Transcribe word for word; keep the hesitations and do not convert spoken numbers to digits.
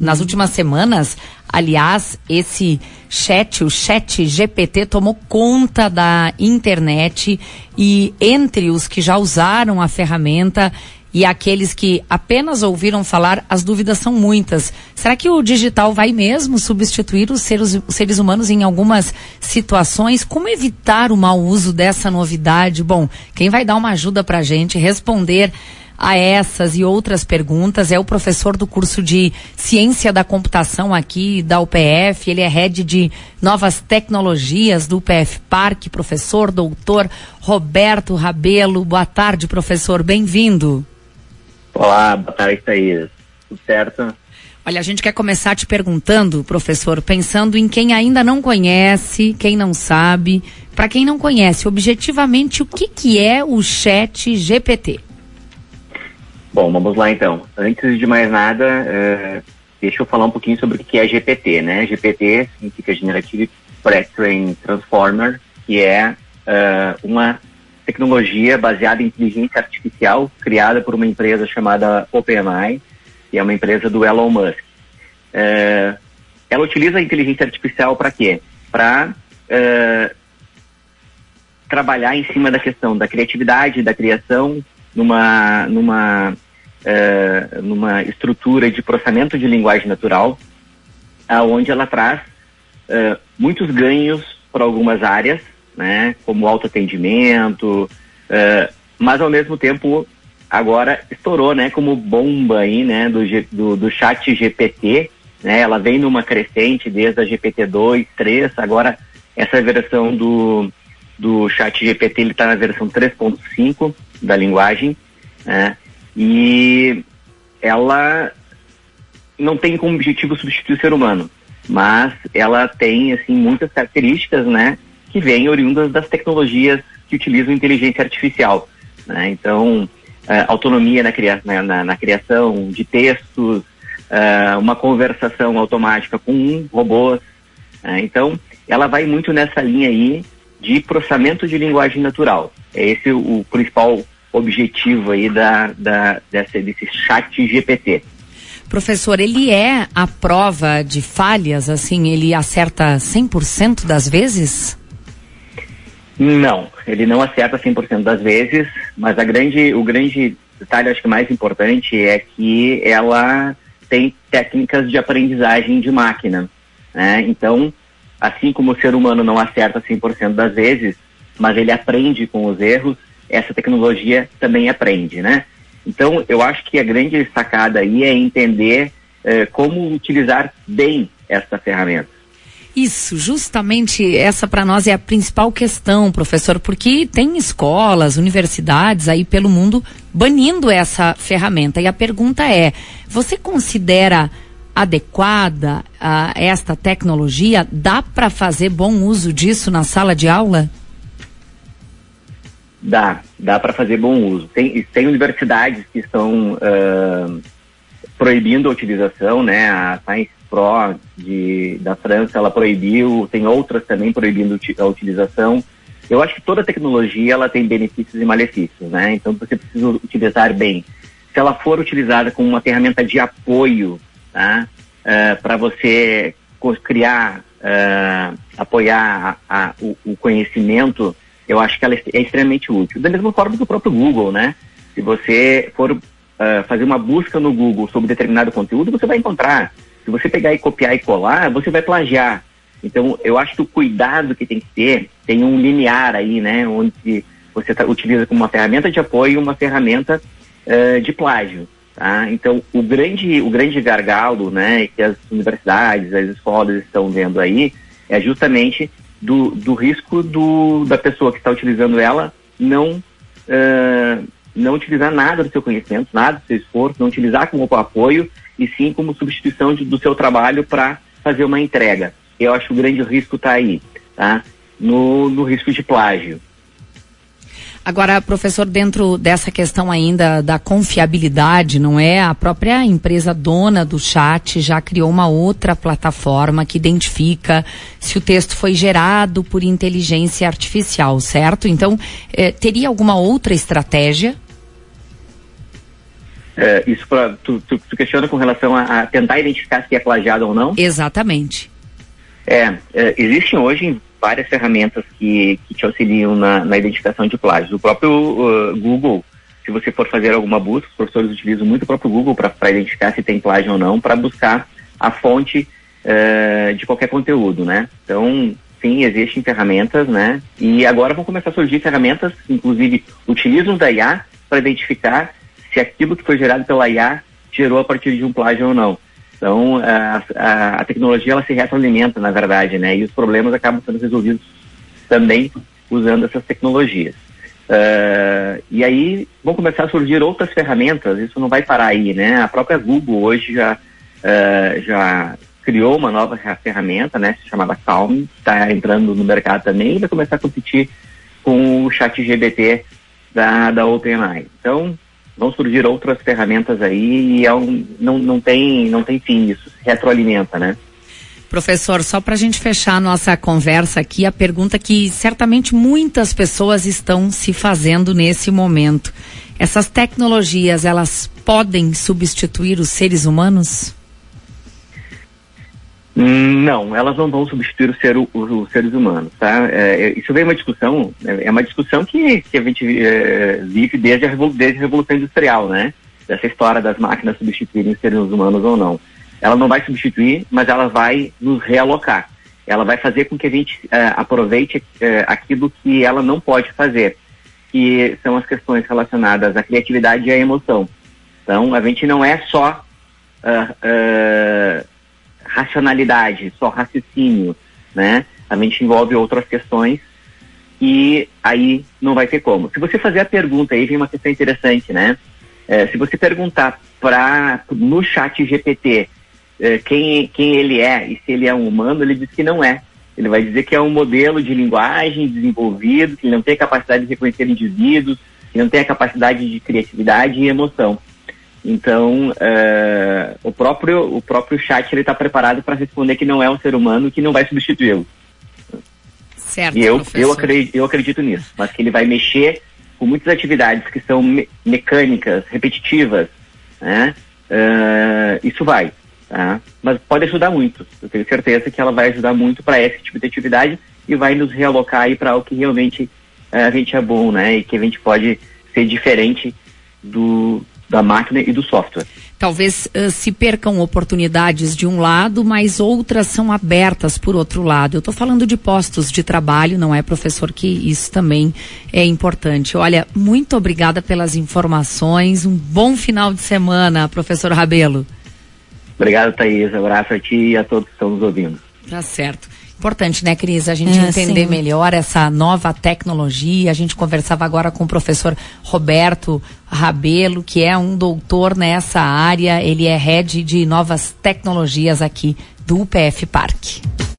nas últimas semanas, aliás, esse chat, o chat G P T, tomou conta da internet e entre os que já usaram a ferramenta e aqueles que apenas ouviram falar, as dúvidas são muitas. Será que o digital vai mesmo substituir os seres, os seres humanos em algumas situações? Como evitar o mau uso dessa novidade? Bom, quem vai dar uma ajuda para a gente responder a essas e outras perguntas é o professor do curso de Ciência da Computação aqui da U P F, ele é head de Novas Tecnologias do U P F Parque, professor doutor Roberto Rabelo. Boa tarde, professor, bem-vindo. Olá, boa tarde, Thaís. Tudo certo? Olha, a gente quer começar te perguntando, professor, pensando em quem ainda não conhece, quem não sabe. Para quem não conhece, objetivamente, o que, que é o chat G P T? Bom, vamos lá então. Antes de mais nada, uh, deixa eu falar um pouquinho sobre o que é G P T, né? G P T significa Generative Pre-trained Transformer, que é uh, uma tecnologia baseada em inteligência artificial criada por uma empresa chamada OpenAI, que é uma empresa do Elon Musk. Uh, ela utiliza a inteligência artificial para quê? Para uh, trabalhar em cima da questão da criatividade, da criação, numa, numa, uh, numa estrutura de processamento de linguagem natural, aonde ela traz uh, muitos ganhos para algumas áreas, né, como autoatendimento, uh, mas ao mesmo tempo agora estourou, né, como bomba aí, né, do, do, do chat G P T, né, ela vem numa crescente desde a G P T dois, três, agora essa versão do, do chat G P T, ele está na versão três ponto cinco da linguagem, né, e ela não tem como objetivo substituir o ser humano, mas ela tem, assim, muitas características, né, que vêm oriundas das tecnologias que utilizam inteligência artificial, né? Então, uh, autonomia na, cria na, na, na criação de textos, uh, uma conversação automática com robôs, uh, então, ela vai muito nessa linha aí de processamento de linguagem natural. É esse o, o principal objetivo aí da, da, dessa, desse chat G P T. Professor, ele é a prova de falhas, assim, ele acerta cem por cento das vezes? Não, ele não acerta cem por cento das vezes, mas a grande, o grande detalhe, acho que mais importante, é que ela tem técnicas de aprendizagem de máquina, né? Então, assim como o ser humano não acerta cem por cento das vezes, mas ele aprende com os erros, essa tecnologia também aprende, né? Então, eu acho que a grande sacada aí é entender eh, como utilizar bem essa ferramenta. Isso, justamente essa para nós é a principal questão, professor, porque tem escolas, universidades aí pelo mundo banindo essa ferramenta. E a pergunta é, você considera adequada uh, esta tecnologia? Dá para fazer bom uso disso na sala de aula? Dá, dá para fazer bom uso. Tem, tem universidades que estão uh, proibindo a utilização, né? A Science Pro de, da França, ela proibiu, tem outras também proibindo a utilização. Eu acho que toda tecnologia, ela tem benefícios e malefícios, né? Então você precisa utilizar bem. Se ela for utilizada como uma ferramenta de apoio, tá? Uh, para você criar, uh, apoiar a, a, o, o conhecimento, eu acho que ela é extremamente útil. Da mesma forma que o próprio Google, né? Se você for uh, fazer uma busca no Google sobre determinado conteúdo, você vai encontrar. Se você pegar e copiar e colar, você vai plagiar. Então, eu acho que o cuidado que tem que ter, tem um limiar aí, né? Onde você tá, utiliza como uma ferramenta de apoio uma ferramenta uh, de plágio, tá? Então, o grande, o grande gargalo, né, que as universidades, as escolas estão vendo aí, é justamente do, do risco do, da pessoa que está utilizando ela não, uh, não utilizar nada do seu conhecimento, nada do seu esforço, não utilizar como apoio, e sim como substituição de, do seu trabalho para fazer uma entrega. Eu acho que o grande risco está aí, tá? No, no risco de plágio. Agora, professor, dentro dessa questão ainda da confiabilidade, não é? A própria empresa dona do chat já criou uma outra plataforma que identifica se o texto foi gerado por inteligência artificial, certo? Então, eh, teria alguma outra estratégia? Uh, isso pra, tu, tu, tu questiona com relação a, a tentar identificar se é plagiado ou não? Exatamente. É, uh, existem hoje várias ferramentas que, que te auxiliam na, na identificação de plágios. O próprio uh, Google, se você for fazer alguma busca, os professores utilizam muito o próprio Google para identificar se tem plágio ou não, para buscar a fonte uh, de qualquer conteúdo, né? Então, sim, existem ferramentas, né? E agora vão começar a surgir ferramentas que, inclusive, utilizam da I A para identificar se aquilo que foi gerado pela I A gerou a partir de um plágio ou não. Então, a, a, a tecnologia, ela se retroalimenta, na verdade, né? E os problemas acabam sendo resolvidos também usando essas tecnologias. Uh, e aí vão começar a surgir outras ferramentas, isso não vai parar aí, né? A própria Google hoje já, uh, já criou uma nova ferramenta, né? Chamada Calm, está entrando no mercado também e vai começar a competir com o ChatGPT da, da OpenAI. Então, vão surgir outras ferramentas aí e é um, não, não, tem, não tem fim, isso se retroalimenta, né? Professor, só para a gente fechar a nossa conversa aqui, a pergunta que certamente muitas pessoas estão se fazendo nesse momento. Essas tecnologias, elas podem substituir os seres humanos? Não, elas não vão substituir o ser, o, os seres humanos, tá? É, isso vem uma discussão, é uma discussão que, que a gente é, vive desde a, desde a Revolução Industrial, né? Dessa história das máquinas substituírem os seres humanos ou não. Ela não vai substituir, mas ela vai nos realocar. Ela vai fazer com que a gente é, aproveite é, aquilo que ela não pode fazer, que são as questões relacionadas à criatividade e à emoção. Então, a gente não é só... Uh, uh, racionalidade, só raciocínio, né? A mente envolve outras questões e aí não vai ter como. Se você fazer a pergunta, aí vem uma questão interessante, né? É, se você perguntar para no chat G P T é, quem, quem ele é e se ele é um humano, ele diz que não é. Ele vai dizer que é um modelo de linguagem desenvolvido, que ele não tem a capacidade de reconhecer indivíduos, que não tem a capacidade de criatividade e emoção. Então, uh, o próprio, o próprio chat ele está preparado para responder que não é um ser humano, que não vai substituí-lo. Certo, e eu, professor. eu, acredito, eu acredito nisso, mas que ele vai mexer com muitas atividades que são me- mecânicas, repetitivas, né? Uh, isso vai, tá? Mas pode ajudar muito. Eu tenho certeza que ela vai ajudar muito para esse tipo de atividade e vai nos realocar aí para o que realmente uh, a gente é bom, né? E que a gente pode ser diferente do... da máquina e do software. Talvez uh, se percam oportunidades de um lado, mas outras são abertas por outro lado. Eu estou falando de postos de trabalho, não é, professor, que isso também é importante. Olha, muito obrigada pelas informações, um bom final de semana, professor Rabelo. Obrigado, Thaís, abraço a ti e a todos que estão nos ouvindo. Tá certo. Importante, né, Cris? A gente É, entender sim. melhor essa nova tecnologia. A gente conversava agora com o professor Roberto Rabelo, que é um doutor nessa área. Ele é head de novas tecnologias aqui do U P F Parque.